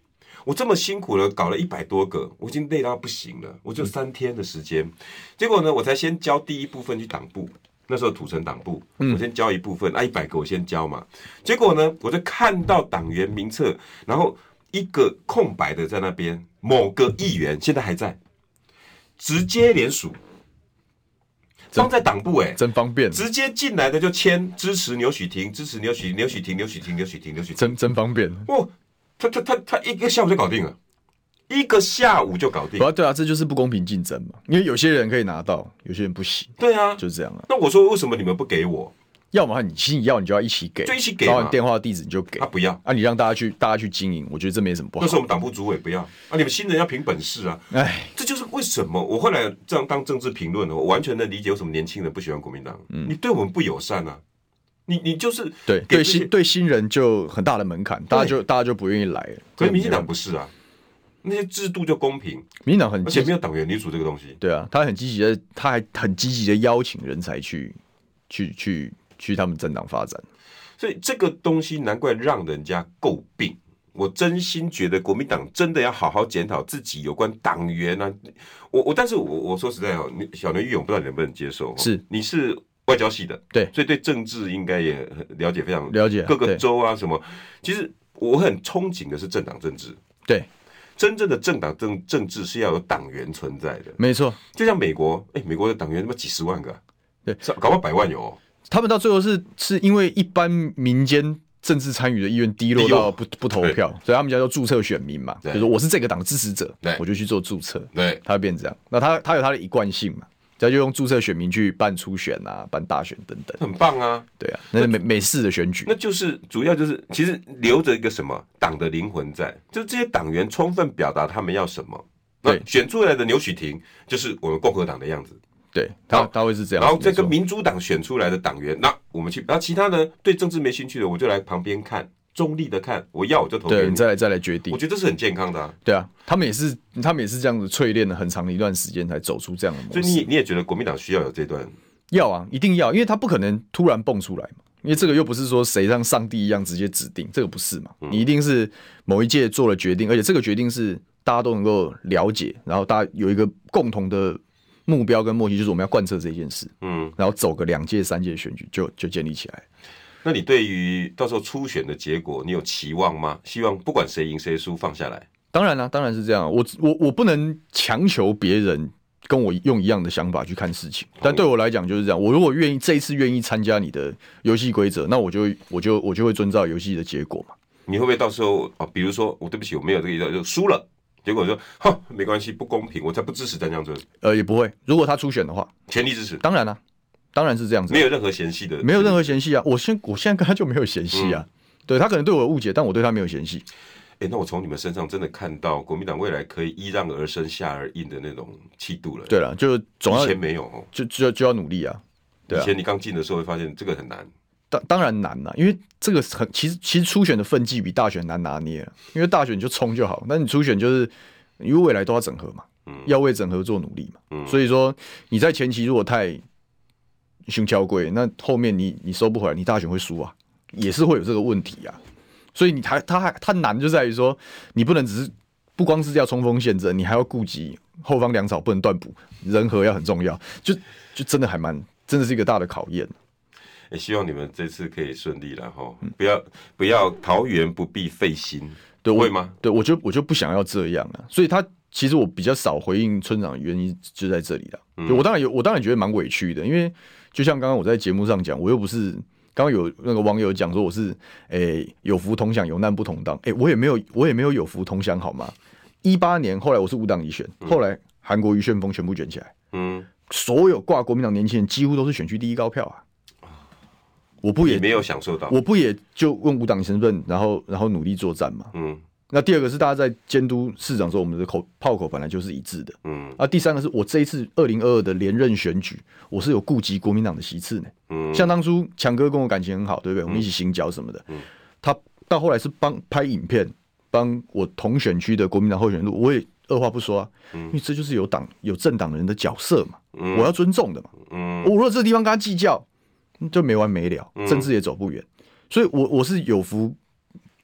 我这么辛苦了，搞了一百多个，我已经累到不行了，我就三天的时间，结果呢，我才先交第一部分去党部。那时候土城党部，我先交一部分，啊，一百个我先交嘛。结果呢，我就看到党员名册，然后一个空白的在那边，某个议员现在还在，直接连署，放在党部哎、欸， 真方便， 直接进来的就签支持牛许婷，支持牛许牛许婷，牛许婷，牛许婷，牛许婷， 真真方便。 哦，他他他他一个下午就搞定了。一个下午就搞定， 不对啊，这就是不公平竞争嘛。因为有些人可以拿到，有些人不行。 对啊， 就这样啊。 那我说为什么你们不给我？ 要么你其实你要你就要一起给， 就一起给嘛。 然后你电话地址你就给。 啊，不要啊，你让大家去大家去经营，我觉得这没什么不好。 那是我们党部主委不要啊，你们新人要凭本事啊。哎，这就是为什么我后来这样当政治评论，我完全能理解为什么年轻人不喜欢国民党。嗯，你对我们不友善啊。你你就是对对新对新人就很大的门槛，大家就大家就不愿意来了。 可是民进党不是啊。那些制度就公平， 民进党很， 而且没有党员联署这个东西。 对啊，他很积极的，他还很积极的邀请人才去去去去他们政党发展。 所以这个东西难怪让人家诟病。我真心觉得国民党真的要好好检讨自己有关党员啊。我我，但是我我说实在哦，小牛玉勇不知道你能不能接受？ 是， 你是外交系的， 对， 所以对政治应该也了解非常了解各个州啊什么。其实我很憧憬的是政党政治， 对。 真正的政党政政治是要有党员存在的， 没错。 就像美国，哎、欸，美国的党员他妈几十万个、啊， 对， 搞不好百万有、哦。 他们到最后是是因为一般民间政治参与的意愿低落到不不投票，所以他们叫做注册选民嘛，就是我是这个党的支持者，我就去做注册， 对， 他会变这样。那他他有他的一贯性嘛。他就用注册选民去办初选啊，办大选等等， 很棒啊！ 对啊，那是美美式的选举， 那就是主要就是其实留着一个什么党的灵魂在，就是这些党员充分表达他们要什么。对，选出来的牛许婷就是我们共和党的样子， 对，他他会是这样， 然后再跟民主党选出来的党员，那我们去，然后其他的对政治没兴趣的，我就来旁边看。中立的看，我要我就投给你， 对，你再来再来决定。 我觉得这是很健康的啊。 对啊，他们也是，他们也是这样子淬炼了很长的一段时间才走出这样的模式。 所以你你也觉得国民党需要有这段？ 要啊，一定要，因为他不可能突然蹦出来嘛。因为这个又不是说谁像上帝一样直接指定，这个不是嘛？嗯、你一定是某一届做了决定，而且这个决定是大家都能够了解，然后大家有一个共同的目标跟默契，就是我们要贯彻这件事。嗯，然后走个两届、三届选举就就建立起来。 那你对于到时候初选的结果，你有期望吗？希望不管谁赢谁输放下来？ 当然啦、啊，当然是这样。我我我不能强求别人跟我用一样的想法去看事情，但对我来讲就是这样。我如果愿意这一次愿意参加你的游戏规则，那我就我就我就会遵照游戏的结果嘛。 你会不会到时候啊？比如说我对不起，我没有这个意思，就输了，结果说哈没关系，不公平，我才不支持詹江村。 呃，也不会。如果他初选的话， 全力支持。 当然啦、啊。当然是这样子， 没有任何嫌隙的， 没有任何嫌隙啊！我现我现在跟他就没有嫌隙啊，嗯、对他可能对我有误解，但我对他没有嫌隙。 哎、欸，那我从你们身上真的看到国民党未来可以依让而生、下而应的那种气度了。 对了，就总要以前没有、哦， 就就就要努力啊。对啊， 以前你刚进的时候会发现这个很难。 当当然难啦、啊，因为这个很其实其实初选的分际比大选难拿捏了，因为大选就冲就好，那你初选就是因为未来都要整合嘛，嗯、要为整合做努力嘛，嗯、所以说你在前期如果太胸敲贵，那后面你你收不回来，你大选会输啊，也是会有这个问题啊。所以你还他还他难就在于说，你不能只是不光是要冲锋陷阵，你还要顾及后方粮草不能断补，人和要很重要，就就真的还蛮真的是一个大的考验。 欸、希望你们这次可以顺利了哈、嗯，不要不要桃园不必费心， 对， 会吗？ 对，我就我就不想要这样啊。所以他其实我比较少回应村长的原因就在这里了。嗯、我当然有，我当然觉得蛮委屈的，因为。就像刚刚我在节目上讲，我又不是刚刚有那个网友讲说我是诶、欸、有福同享有难不同当，诶、欸、我也没有我也没有有福同享好吗？一八年后来我是无党一选，后来韩国瑜旋风全部卷起来，嗯，所有挂国民党年轻人几乎都是选区第一高票啊，我不也没有享受到， 我不也就用无党身份，然后然后努力作战嘛，嗯。那第二个是大家在监督市长的时候，我们的口炮口本来就是一致的。嗯，啊，第三个是我这一次二零二二的连任选举，我是有顾及国民党的席次呢。嗯，像当初强哥跟我感情很好，对不对？我们一起行脚什么的。嗯，他到后来是帮拍影片，帮我同选区的国民党候选人，我也二话不说啊，嗯、因为这就是有党有政党人的角色嘛，嗯、我要尊重的嘛。嗯，我如果这个地方跟他计较，就没完没了，政治也走不远。所以我我是有福。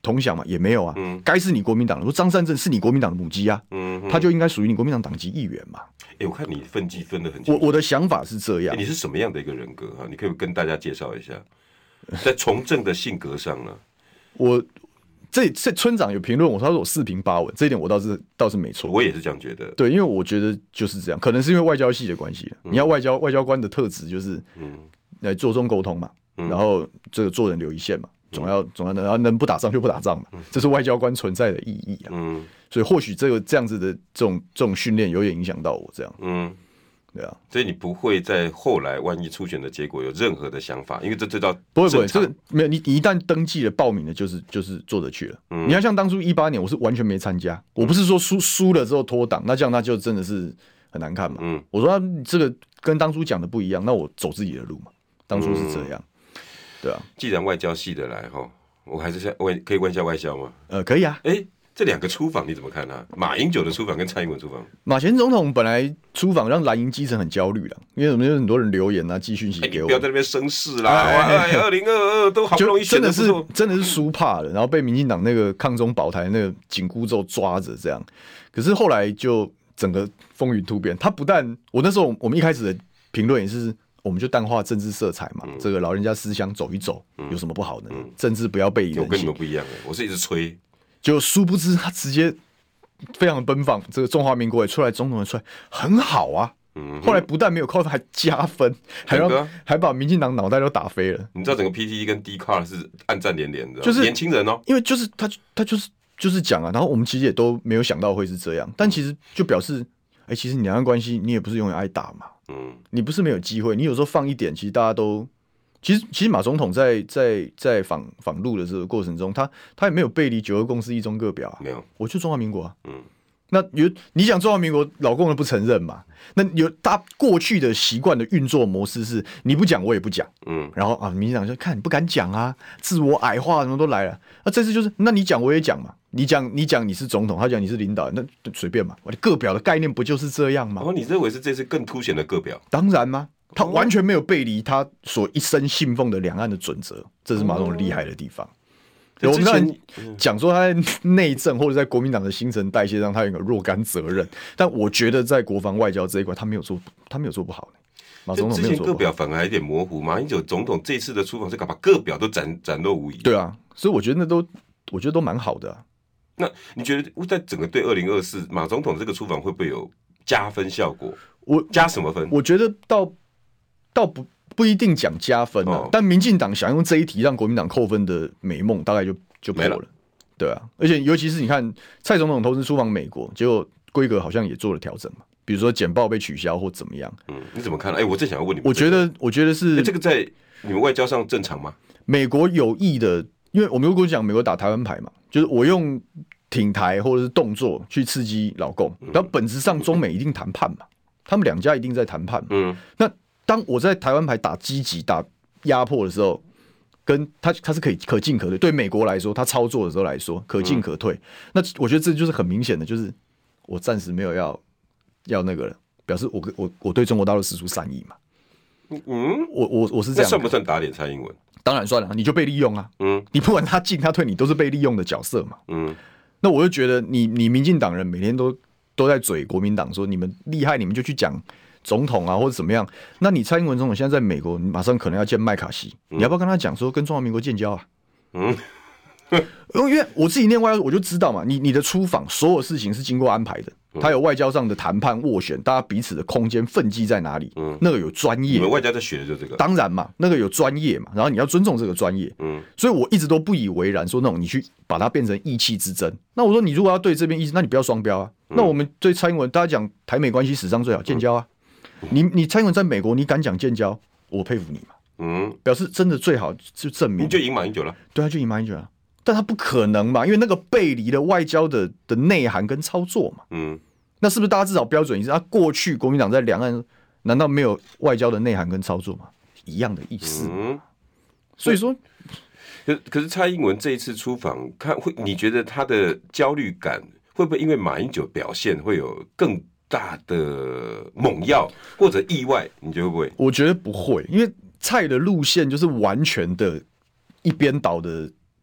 同享嘛？也没有啊。 嗯， 该是你国民党的，说张善政是你国民党的母鸡啊， 嗯， 他就应该属于你国民党党籍议员嘛。 哎、欸，我看你分级分得很清楚。 我我的想法是这样、 欸。你是什么样的一个人格哈？你可以跟大家介绍一下，在从政的性格上呢？ 我这这村长有评论我，他说我四平八稳，这一点我倒是倒是没错。 我也是这样觉得。 对，因为我觉得就是这样，可能是因为外交系的关系、嗯。你要外交外交官的特质就是嗯，来做中沟通嘛，嗯、然后这个做人留一线嘛。总要总要能，然后能不打仗就不打仗嘛，这是外交官存在的意义啊。嗯，所以或许这个这样子的这种这种训练有点影响到我这样。嗯，对啊， 所以你不会在后来万一初选的结果有任何的想法，因为这这叫不会不会，这个没有你你一旦登记了报名了，就是就是做得去了。嗯，你要像当初一八年，我是完全没参加，我不是说输输了之后脱党，那这样那就真的是很难看嘛。嗯，我说这个跟当初讲的不一样，那我走自己的路嘛，当初是这样。嗯，对啊， 既然外交系的来哈，我还是问，可以问一下外交吗？ 呃，可以啊。 哎，这两个出访你怎么看啊？马英九的出访跟蔡英文出访， 马前总统本来出访让蓝营基层很焦虑了，因为有很多人留言啊、寄讯息给我， 你不要在那边生事啦！哎，二零二二都好不容易选的，真的是真的是输怕了，然后被民进党那个抗中保台那个紧箍咒抓着这样。可是后来就整个风云突变，他不但我那时候我们一开始的评论也是。我们就淡化政治色彩嘛，嗯、这个老人家思乡走一走，嗯、有什么不好呢？嗯、政治不要背离人性。 我跟你们不一样，我是一直吹， 就殊不知他直接非常奔放，这个中华民国也出来，总统也出来，很好啊。嗯、后来不但没有扣分，还加分，还让、啊、还把民进党脑袋都打飞了。 你知道整个 P T T 跟 Dcard 是暗战连连的，就是年轻人哦， 因为就是他他就是就是讲啊，然后我们其实也都没有想到会是这样，但其实就表示，哎、欸，其实你两岸关系你也不是永远爱打嘛。嗯，你不是没有机会，你有时候放一点，其实大家都，其实其实马总统在在在访访陆的这个过程中，他他也没有背离九二共识一中各表啊， 没有， 我就中华民国啊，嗯，那有你讲中华民国，老共都不承认嘛，那有他过去的习惯的运作模式是，你不讲我也不讲，嗯，然后啊，民进党就看你不敢讲啊，自我矮化什么都来了，那这次就是，那你讲我也讲嘛。你讲你讲你是总统，他讲你是领导人，那随便嘛。我的个表的概念不就是这样吗？ 哦，你认为是这次更凸显的个表？ 当然吗？他完全没有背离他所一生信奉的两岸的准则，这是马总统厉害的地方。哦、我们当然讲说他在内政或者在国民党的新陈代谢上，他有个若干责任，但我觉得在国防外交这一块，他没有做，他没有做不好。马总统没有做不好。之前个表反而还有点模糊，马英九总统这次的出访是敢把个表都展展露无遗。 对啊，所以我觉得那都，我觉得都蛮好的、啊。 那你觉得在整个对二零二四马总统这个出访会不会有加分效果？ 我加什么分？ 我觉得倒倒不不一定讲加分啊、哦，但民进党想用这一题让国民党扣分的美梦大概就就破了，了对啊。而且尤其是你看蔡总统同时出访美国，结果规格好像也做了调整嘛，比如说简报被取消或怎么样。 嗯，你怎么看？哎、欸，我正想要问你们、 这個，我觉得我觉得是、 欸、这个在你们外交上正常吗？ 美国有意的，因为我们如果讲美国打台湾牌嘛。就是我用挺台或者是动作去刺激老共，但本质上中美一定谈判嘛，他们两家一定在谈判嘛。嗯，那当我在台湾牌打积极、打压迫的时候，跟他他是可以可进可退。对美国来说，他操作的时候来说可进可退。嗯、那我觉得这就是很明显的，就是我暂时没有要要那个了，表示我我我对中国大陆释出善意嘛。嗯，我我我是这样。 那算不算打脸蔡英文？ 当然算了，你就被利用啊！嗯，你不管他进他退，你都是被利用的角色嘛。嗯，那我就觉得你你民进党人每天都都在嘴国民党说你们厉害，你们就去讲总统啊或者怎么样。那你蔡英文总统现在在美国，你马上可能要见麦卡锡，嗯、你要不要跟他讲说跟中华民国建交啊？嗯，因为我自己念外交我就知道嘛，你你的出访所有事情是经过安排的。他有外交上的谈判斡旋，大家彼此的空间分际在哪里？嗯，那个有专业。 你们外交在学的就这个。 当然嘛，那个有专业嘛，然后你要尊重这个专业。嗯，所以我一直都不以为然，说那种你去把它变成意气之争。那我说你如果要对这边意思，那你不要双标啊。嗯、那我们对蔡英文，大家讲台美关系史上最好建交啊。嗯、你你蔡英文在美国，你敢讲建交，我佩服你嘛。嗯，表示真的最好就证明。 你就赢马英九了。 对啊，就赢马英九了。但他不可能嘛，因为那个背离了外交的的内涵跟操作嘛。嗯。那是不是大家至少标准一致？啊，过去国民党在两岸难道没有外交的内涵跟操作吗？一样的意思。嗯，所以说， 可可是蔡英文这一次出访，看会你觉得他的焦虑感会不会因为马英九表现会有更大的猛药或者意外？你觉得会不会？ 我觉得不会，因为蔡的路线就是完全的一边倒的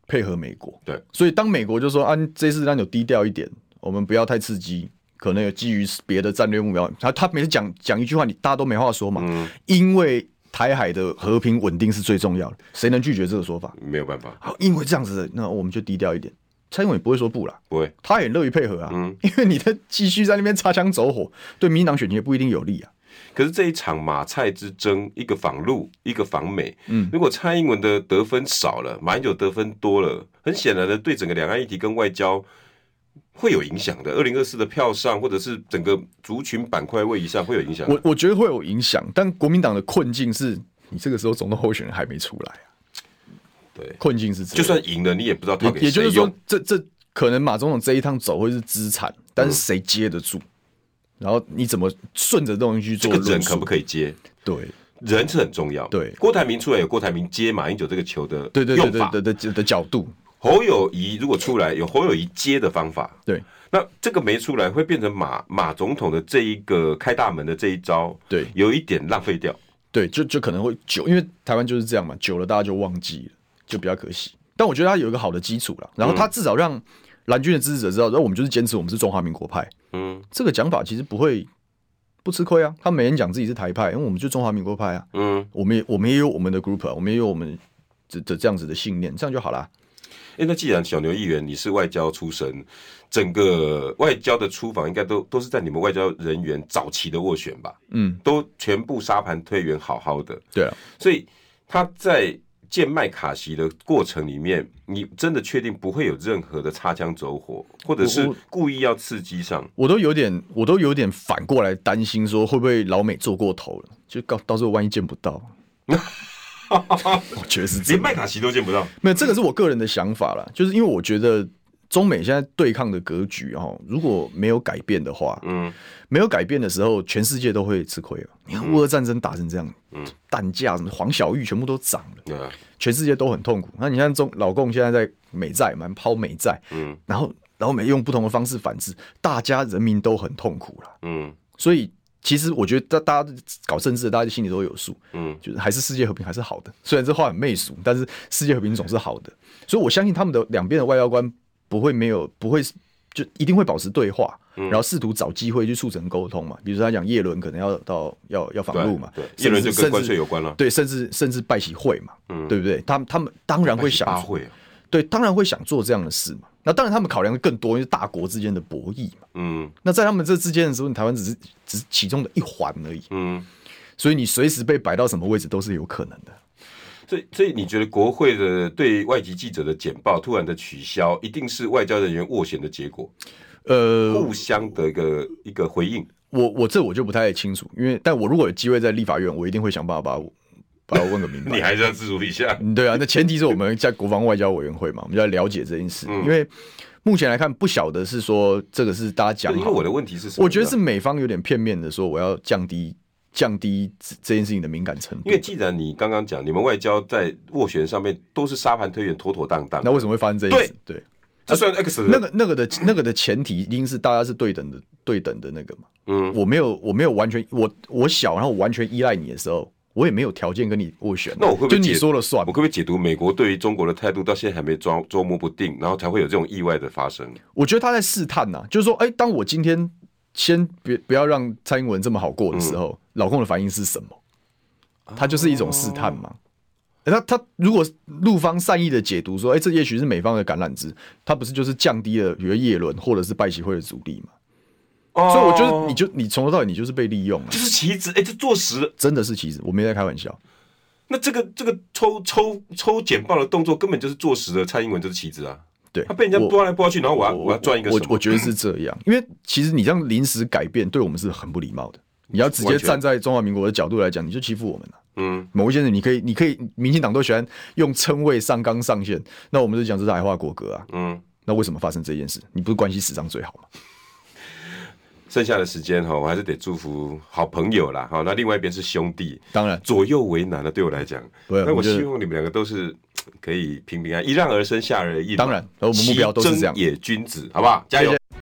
配合美国。 对， 所以当美国就说啊，这次让你低调一点，我们不要太刺激，可能有基于别的战略目标。他他每次讲讲一句话，你大家都没话说嘛，嗯、因为台海的和平稳定是最重要的，谁能拒绝这个说法？ 没有办法。 好，因为这样子，那我们就低调一点。蔡英文也不会说不啦， 不会， 他也乐于配合啊，嗯、因为你的继续在那边擦枪走火，对民进党选情也不一定有利啊。 可是这一场马蔡之争，一个访陆，一个访美，嗯，如果蔡英文的得分少了，马英九得分多了，很显然的对整个两岸议题跟外交会有影响的。二零二四的票上，或者是整个族群板块位移上会有影响。 我我觉得会有影响，但国民党的困境是你这个时候总统候选人还没出来啊。 对， 困境是这样， 就算赢了，你也不知道他给谁用。 也就是说，这这可能马总统这一趟走会是资产，但是谁接得住？嗯、然后你怎么顺着东西去做？ 这个人可不可以接？ 对， 人是很重要。 对， 郭台铭出来有郭台铭接马英九这个球的对对用法的的的角度。 侯友宜如果出来有侯友宜接的方法， 对， 那这个没出来会变成马马总统的这一个开大门的这一招， 对， 有一点浪费掉。 对，就就可能会久，因为台湾就是这样嘛，久了大家就忘记了，就比较可惜。但我觉得他有一个好的基础啦，然后他至少让蓝军的支持者知道，然后我们就是坚持我们是中华民国派。嗯，这个讲法其实不会不吃亏啊。他每人讲自己是台派，因为我们就是中华民国派啊。嗯，我们也我们也有我们的 group 啊，我们也有我们的这样子的信念，这样就好啦。 哎、欸，那既然小牛议员你是外交出身，整个外交的出访应该都都是在你们外交人员早期的斡旋吧？嗯，都全部沙盘推演好好的。 对啊， 所以他在见麦卡锡的过程里面，你真的确定不会有任何的擦枪走火，或者是故意要刺激上？ 我, 我都有点，我都有点反过来担心，说会不会老美做过头了？就到到时候万一见不到，我觉得是连麦卡锡都见不到。 没有，这个是我个人的想法啦，就是因为我觉得中美现在对抗的格局哦，如果没有改变的话，嗯，没有改变的时候，全世界都会吃亏了。你看乌俄战争打成这样，嗯，弹价什么黄小玉全部都涨了，嗯，全世界都很痛苦。那你看中老共现在在美债嘛，抛美债，嗯，然后然后美用不同的方式反制，大家人民都很痛苦了，嗯，所以其实我觉得大家搞政治的，大家心里都有数，嗯，就是还是世界和平还是好的。虽然这话很媚俗，但是世界和平总是好的。所以我相信他们的两边的外交官不会没有不会就一定会保持对话，嗯、然后试图找机会去促成沟通嘛。比如说他讲叶伦可能要到要要访陆嘛， 对，叶伦就跟关税有关了， 对，甚至甚至拜习会嘛，嗯、对不对？他们他们当然会想会、啊， 对，当然会想做这样的事嘛。那当然他们考量的更多，因为是大国之间的博弈嘛。嗯，那在他们这之间的时候，台湾只是只是其中的一环而已。嗯，所以你随时被摆到什么位置都是有可能的。 所以，所以你觉得国会的对外籍记者的简报突然的取消，一定是外交人员斡旋的结果？呃，互相的一个一个回应。 我我这我就不太清楚，因为但我如果有机会在立法院，我一定会想办法把我把我问个明白。 你还是要自主一下。 对啊，那前提是我们在国防外交委员会嘛，我们就要了解这件事，嗯、因为目前来看，不晓得是说这个是大家讲好。 因为我的问题是什么？ 我觉得是美方有点片面的说，我要降低。降低这件事情的敏感程度， 因为既然你刚刚讲，你们外交在斡旋上面都是沙盘推演、妥妥当当， 那为什么会发生这件事？对，对这算 X 那个那个的那个的前提一定是大家是对等的，对等的那个嘛。嗯，我没有我没有完全我我小，然后我完全依赖你的时候，我也没有条件跟你斡旋。 那我会不会就你说了算？ 我会不会解读美国对于中国的态度到现在还没捉捉摸不定，然后才会有这种意外的发生？ 我觉得他在试探呐、啊，就是说，哎、欸，当我今天。先别不要让蔡英文这么好过的时候，嗯、老共的反应是什么？他就是一种试探嘛。哦、他他如果陆方善意的解读说，哎、欸，这也许是美方的橄榄枝，他不是就是降低了比如叶伦或者是拜习会的阻力嘛？哦、所以我觉得你就你从头到尾你就是被利用了， 就是棋子，哎、欸，这坐实了， 真的是棋子，我没在开玩笑。 那这个这个抽抽抽简报的动作根本就是坐实了蔡英文就是棋子啊。 对， 他被人家拨来拨去，然后我要我, 我要赚一个什么？ 我我觉得是这样，因为其实你这样临时改变，对我们是很不礼貌的。你要直接站在中华民国的角度来讲，你就欺负我们了。嗯，某一些人你可以，你可以，民进党都喜欢用称谓上纲上线，那我们就讲这是矮化国格啊。嗯，那为什么发生这件事？你不是关系史上最好吗？ 剩下的时间哈，我还是得祝福好朋友啦。好，那另外一边是兄弟， 当然左右为难了。对我来讲，那我希望你们两个都是可以平平安，一让而生，下而易。 当然，而我们目标都是这样。 其争也君子，好不好？加油！谢谢。